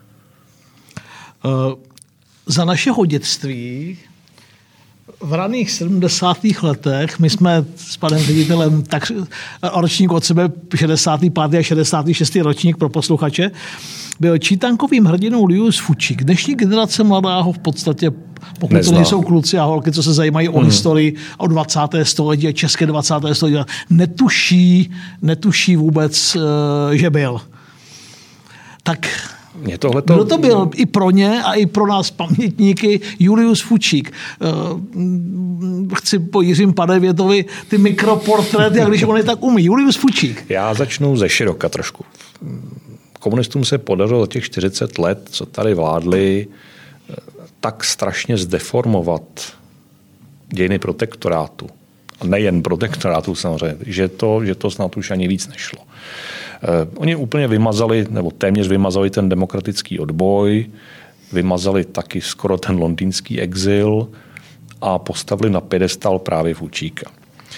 Za našeho dětství v raných 70. letech, my jsme s panem ředitelem tak ročník od sebe 65. a 66. ročník pro posluchače, byl čítankovým hrdinou Lius Fučík. Dnešní generace mladá ho v podstatě, pokud nezná. To nejsou kluci a holky, co se zajímají o historii, o 20. století a české 20. století, netuší vůbec, že byl. Tak kdo to byl i pro ně a i pro nás pamětníky Julius Fučík. Chci po Jiřím Padevětovi ty mikroportréty, jak když on je tak umí. Julius Fučík. Já začnu ze široka trošku. Komunistům se podařilo těch 40 let, co tady vládli, tak strašně zdeformovat dějiny protektorátu. A nejen protektorátu samozřejmě, že to snad už ani víc nešlo. Oni úplně vymazali, nebo téměř vymazali ten demokratický odboj, vymazali taky skoro ten londýnský exil a postavili na piedestal právě Fučíka.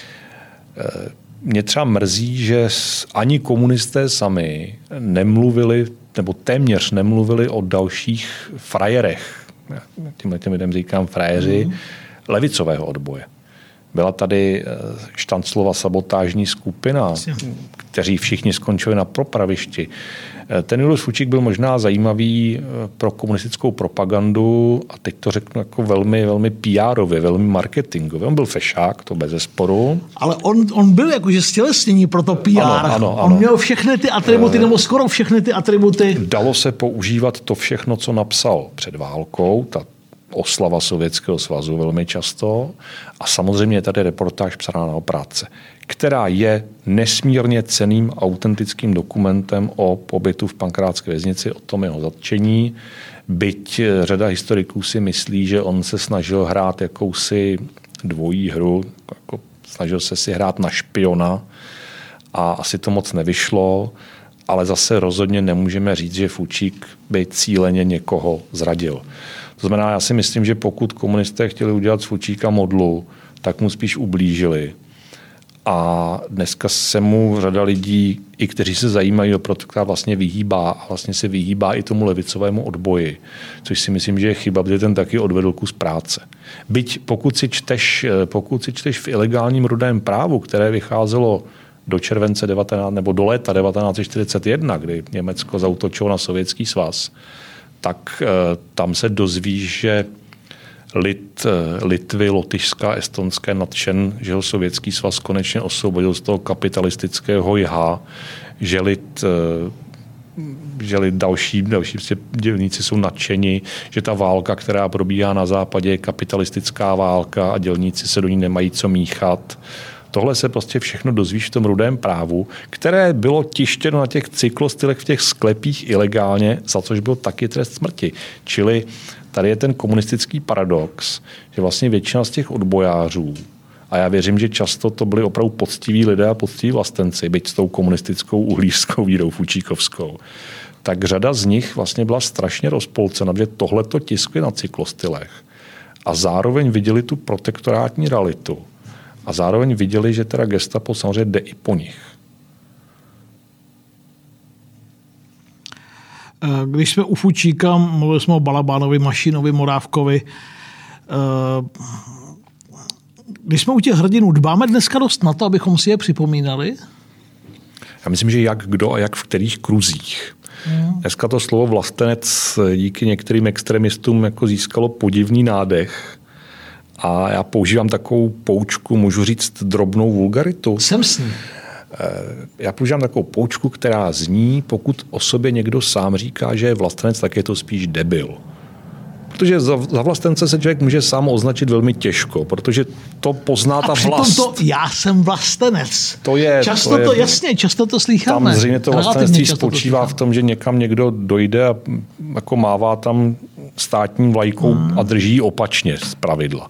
Mě třeba mrzí, že ani komunisté sami nemluvili, nebo téměř nemluvili o dalších frajerech, těm lidem říkám frajeři, levicového odboje. Byla tady Štanclova sabotážní skupina, kteří všichni skončili na popravišti. Ten Julius Fučík byl možná zajímavý pro komunistickou propagandu a teď to řeknu jako velmi, velmi PR-ově, velmi marketingově. On byl fešák, to bezesporu. Ale on byl jakože stělesnění pro to PR. Ano. On měl všechny ty atributy, nebo skoro všechny ty atributy. Dalo se používat to všechno, co napsal před válkou, ta oslava Sovětského svazu velmi často. A samozřejmě je tady reportáž psaná na Oprátce, která je nesmírně cenným autentickým dokumentem o pobytu v Pankrátské věznici, o tom jeho zatčení. Byť řada historiků si myslí, že on se snažil hrát jakousi dvojí hru, jako snažil se si hrát na špiona a asi to moc nevyšlo, ale zase rozhodně nemůžeme říct, že Fučík by cíleně někoho zradil. To znamená, já si myslím, že pokud komunisté chtěli udělat z Fučíka modlu, tak mu spíš ublížili. A dneska se mu řada lidí, i kteří se zajímají o protektorát, vlastně vyhýbá a vlastně se vyhýbá i tomu levicovému odboji. Což si myslím, že je chyba, protože ten taky odvedl kus práce. Byť pokud si čteš v ilegálním Rudém právu, které vycházelo do července 19, nebo do léta 1941, kdy Německo zaútočilo na Sovětský svaz, tak tam se dozvíš, že Litvy, Lotyšska, Estonské nadšen, že ho Sovětský svaz konečně osvobodil z toho kapitalistického jha, že další dělníci jsou nadšeni, že ta válka, která probíhá na západě, je kapitalistická válka a dělníci se do ní nemají co míchat. Tohle se prostě všechno dozvíš v tom Rudém právu, které bylo tištěno na těch cyklostylech v těch sklepích ilegálně, za což byl taky trest smrti. Čili tady je ten komunistický paradox, že vlastně většina z těch odbojářů, a já věřím, že často to byli opravdu poctiví lidé a poctiví vlastenci, byť s tou komunistickou uhlířskou Vírou Fučíkovskou, tak řada z nich vlastně byla strašně rozpolcena, že tohleto tiskli na cyklostylech a zároveň viděli tu protektorátní realitu a zároveň viděli, že teda gestapo samozřejmě jde i po nich. Když jsme u Fučíka, mluvili jsme o Balabánovi, Mašínovi, Morávkovi, když jsme u těch hrdinů, dbáme dneska dost na to, abychom si je připomínali? Já myslím, že jak kdo a jak v kterých kruzích. Dneska to slovo vlastenec díky některým extremistům jako získalo podivný nádech. A já používám takovou poučku, můžu říct drobnou vulgaritu. Jsem s ní. Já používám takovou poučku, která zní, pokud o sobě někdo sám říká, že je vlastenec, tak je to spíš debil. Protože za vlastence se člověk může sám označit velmi těžko, protože to pozná ta vlast. To já jsem vlastenec. Často to slýcháme. Tam zřejmě to vlastenectví spočívá v tom, že někam někdo dojde a jako mává tam státní vlajkou a drží opačně z pravidla.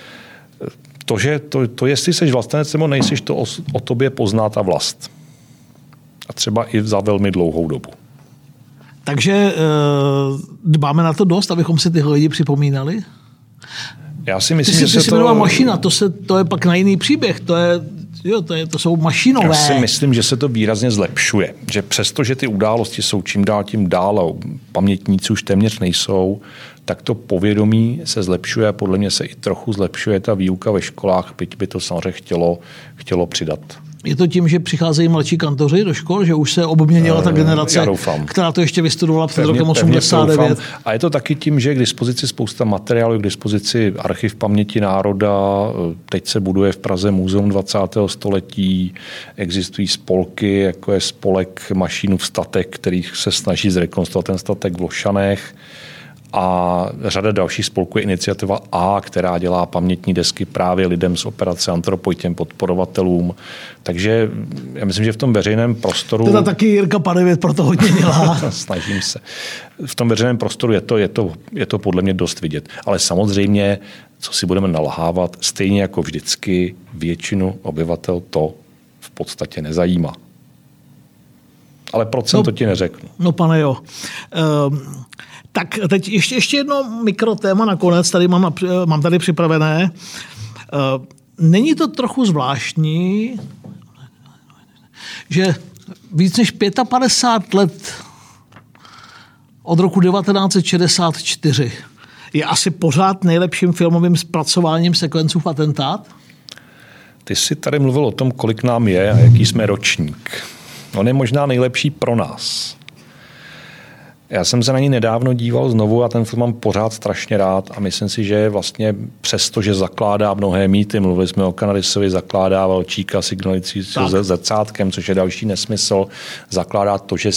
To jestli jsi vlastenec nebo nejsiš, to o tobě pozná ta vlast. A třeba i za velmi dlouhou dobu. Takže dbáme na to dost, abychom si tyhle lidi připomínali? Já si myslím, že se to... Mašina, to je pak na jiný příběh. To jsou mašinové. Já si myslím, že se to výrazně zlepšuje. Že přesto, že ty události jsou čím dál tím dál a pamětníci už téměř nejsou, tak to povědomí se zlepšuje a podle mě se i trochu zlepšuje ta výuka ve školách, byť by to samozřejmě chtělo přidat. Je to tím, že přicházejí mladší kantoři do škol, že už se obměnila ta generace, která to ještě vystudovala před rokem 89? A je to taky tím, že je k dispozici spousta materiálů, k dispozici archiv paměti národa, teď se buduje v Praze Muzeum 20. století, existují spolky, jako je spolek Mašínův statek, který se snaží zrekonstruovat ten statek v Lošanech. A řada dalších spolků je iniciativa A, která dělá pamětní desky právě lidem z operace Anthropoid, těm podporovatelům. Takže já myslím, že v tom veřejném prostoru... Teda taky Jirka Padevět proto hodně dělá. Snažím se. V tom veřejném prostoru je to podle mě dost vidět. Ale samozřejmě, co si budeme nalhávat, stejně jako vždycky většinu obyvatel to v podstatě nezajímá. Ale procento ti neřeknu. No pane jo. Tak teď ještě jedno mikrotéma nakonec, tady mám tady připravené. Není to trochu zvláštní, že víc než 55 let od roku 1964 je asi pořád nejlepším filmovým zpracováním sekvenců v atentát? Ty jsi tady mluvil o tom, kolik nám je a jaký jsme ročník. On je možná nejlepší pro nás. Já jsem se na ní nedávno díval znovu a ten film mám pořád strašně rád a myslím si, že vlastně přesto, že zakládá mnohé mýty, mluvili jsme o Canarysovi, zakládá Valčíka signalující se zrcátkem, což je další nesmysl, zakládá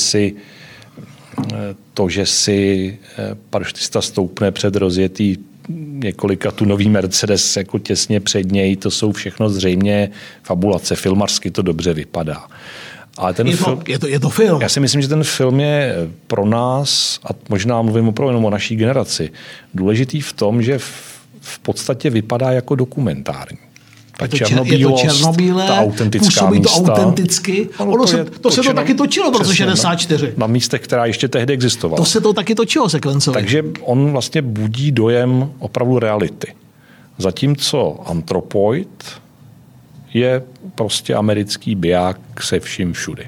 to, že si parašutista stoupne před rozjetý několika tunový Mercedes jako těsně před něj, to jsou všechno zřejmě fabulace, filmařsky to dobře vypadá. Ale je to film. Já si myslím, že ten film je pro nás, a možná mluvím opravdu o naší generaci, důležitý v tom, že v podstatě vypadá jako dokumentární. Je to černobílé, ta autentická působí místa. To autenticky. To se to taky točilo v roce 64. Na místech, která ještě tehdy existovala. To se to taky točilo sekvencově. Takže on vlastně budí dojem opravdu reality. Zatímco Anthropoid je prostě americký biják se vším všudy.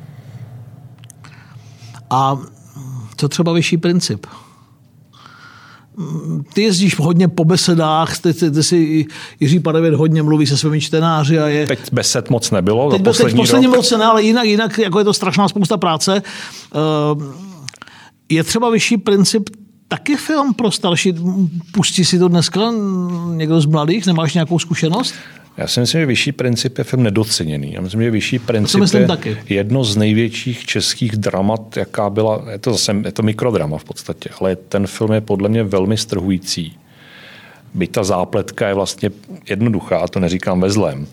A co třeba vyšší princip? Ty jezdíš hodně po besedách, ty si Jiří Padevět hodně mluví se svými čtenáři. A je... Teď besed moc nebylo. Teď v posledním roce ne, ale jinak jako je to strašná spousta práce. Je třeba vyšší princip taky film pro starší? Pustí si to dneska někdo z mladých? Nemáš nějakou zkušenost? Já si myslím, že Vyšší princip je film nedoceněný. Já myslím, že Vyšší princip je jedno z největších českých dramat, jaká byla. Je to mikrodrama v podstatě, ale ten film je podle mě velmi strhující. Byť ta zápletka je vlastně jednoduchá, a to neříkám ve zlém.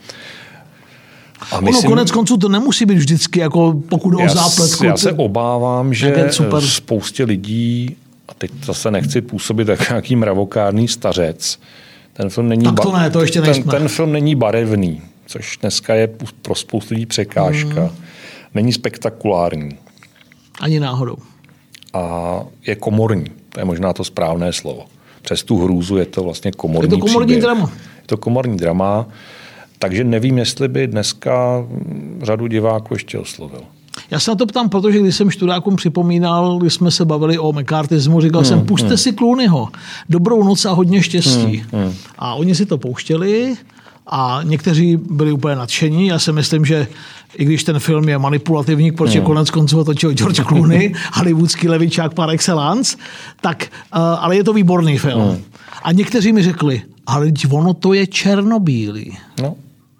Konec konců to nemusí být vždycky, jako pokud o zápletku. Já se obávám, že spoustě lidí, a teď zase nechci působit jako nějaký mravokárný stařec, ten film není, ten film není barevný, což dneska je pro spoustu lidí překážka. Není spektakulární. Ani náhodou. A je komorní. To je možná to správné slovo. Přes tu hrůzu je to vlastně komorní příběh. Je to komorní drama. Je to komorní drama, takže nevím, jestli by dneska řadu diváků ještě oslovil. Já se na to ptám, protože když jsem študákům připomínal, když jsme se bavili o McCarthyismu, říkal jsem, pusťte si Clooneyho. Dobrou noc a hodně štěstí. A oni si to pouštěli a někteří byli úplně nadšení. Já si myslím, že i když ten film je manipulativní, protože konec konců ho točil George Clooney, hollywoodský levičák par excellence, tak, ale je to výborný film. A někteří mi řekli, ale ono to je černobílý. No.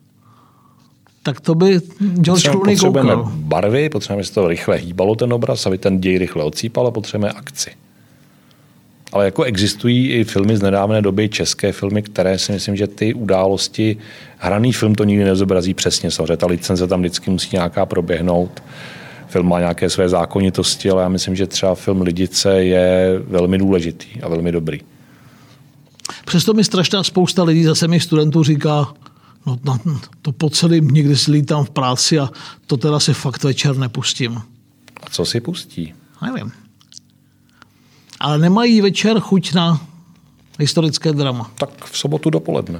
Tak to by George Clooney koukal. Potřebujeme barvy, potřebujeme, aby se to rychle hýbalo ten obraz, aby ten děj rychle odsýpal a potřebujeme akci. Ale jako existují i filmy z nedávné doby, české filmy, které si myslím, že ty události, hraný film to nikdy nezobrazí přesně. Samozřejmě ta licence tam vždycky musí nějaká proběhnout. Film má nějaké své zákonitosti, ale já myslím, že třeba film Lidice je velmi důležitý a velmi dobrý. Přesto mi strašná spousta lidí, zase mých studentů říká, no to po celým někdy si lítám v práci a to teda si fakt večer nepustím. A co si pustí? Nevím. Ale nemají večer chuť na historické drama. Tak v sobotu dopoledne.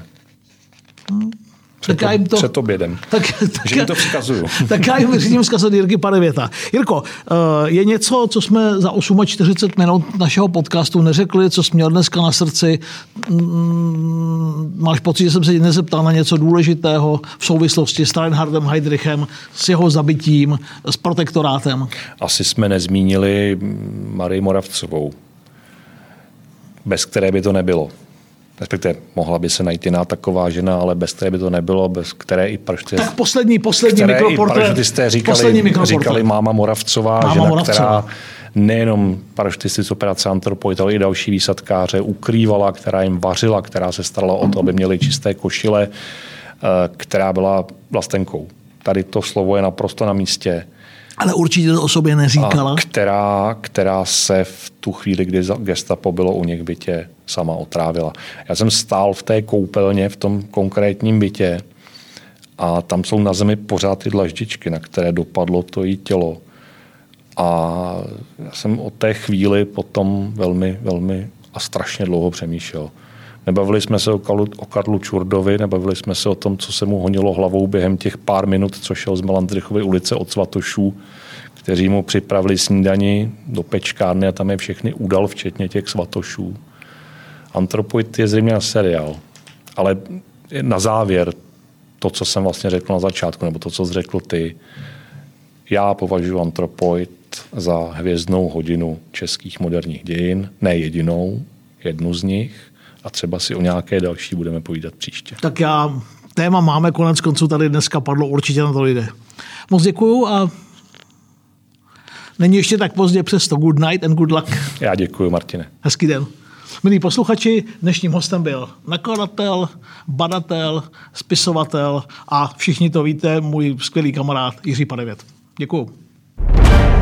Před obědem. Že jim to vzkazuju. Tak já jim vyřídím vzkaz od Jirky Padevěta. Jirko, je něco, co jsme za 48 minut našeho podcastu neřekli, co jsi měl dneska na srdci? Máš pocit, že jsem se nezeptal na něco důležitého v souvislosti s Reinhardem Heydrichem, s jeho zabitím, s protektorátem? Asi jsme nezmínili Marii Moravcovou, bez které by to nebylo. Respektive mohla by se najít jiná taková žena, ale bez které by to nebylo, bez které i parašutisté... Tak poslední mikroportrét. Říkali máma Moravcová, žena, která nejenom parašutisty z operace Anthropoid, ale i další výsadkáře ukrývala, která jim vařila, která se starala o to, aby měli čisté košile, která byla vlastenkou. Tady to slovo je naprosto na místě. Ale určitě to o sobě neříkala. Která se v tu chvíli, kdy gestapo bylo u nich v bytě, sama otrávila. Já jsem stál v té koupelně, v tom konkrétním bytě a tam jsou na zemi pořád ty dlaždičky, na které dopadlo to její tělo. A já jsem o té chvíli potom velmi, velmi a strašně dlouho přemýšlel. Nebavili jsme se o Karlu Čurdovi, nebavili jsme se o tom, co se mu honilo hlavou během těch pár minut, co šel z Melandrychovy ulice od Svatošů, kteří mu připravili snídani do pečkárny a tam je všechny udal, včetně těch Svatošů. Anthropoid je zřejmě seriál, ale na závěr to, co jsem vlastně řekl na začátku, nebo to, co jsi řekl ty, já považuji Anthropoid za hvězdnou hodinu českých moderních dějin, ne jedinou, jednu z nich, a třeba si o nějaké další budeme povídat příště. Tak téma máme, konec konců tady dneska padlo, určitě na to jde. Moc děkuju a není ještě tak pozdě, přesto good night and good luck. Já děkuju, Martine. Hezký den. Milí posluchači, dnešním hostem byl nakladatel, badatel, spisovatel a všichni to víte, můj skvělý kamarád Jiří Padevět. Děkuju.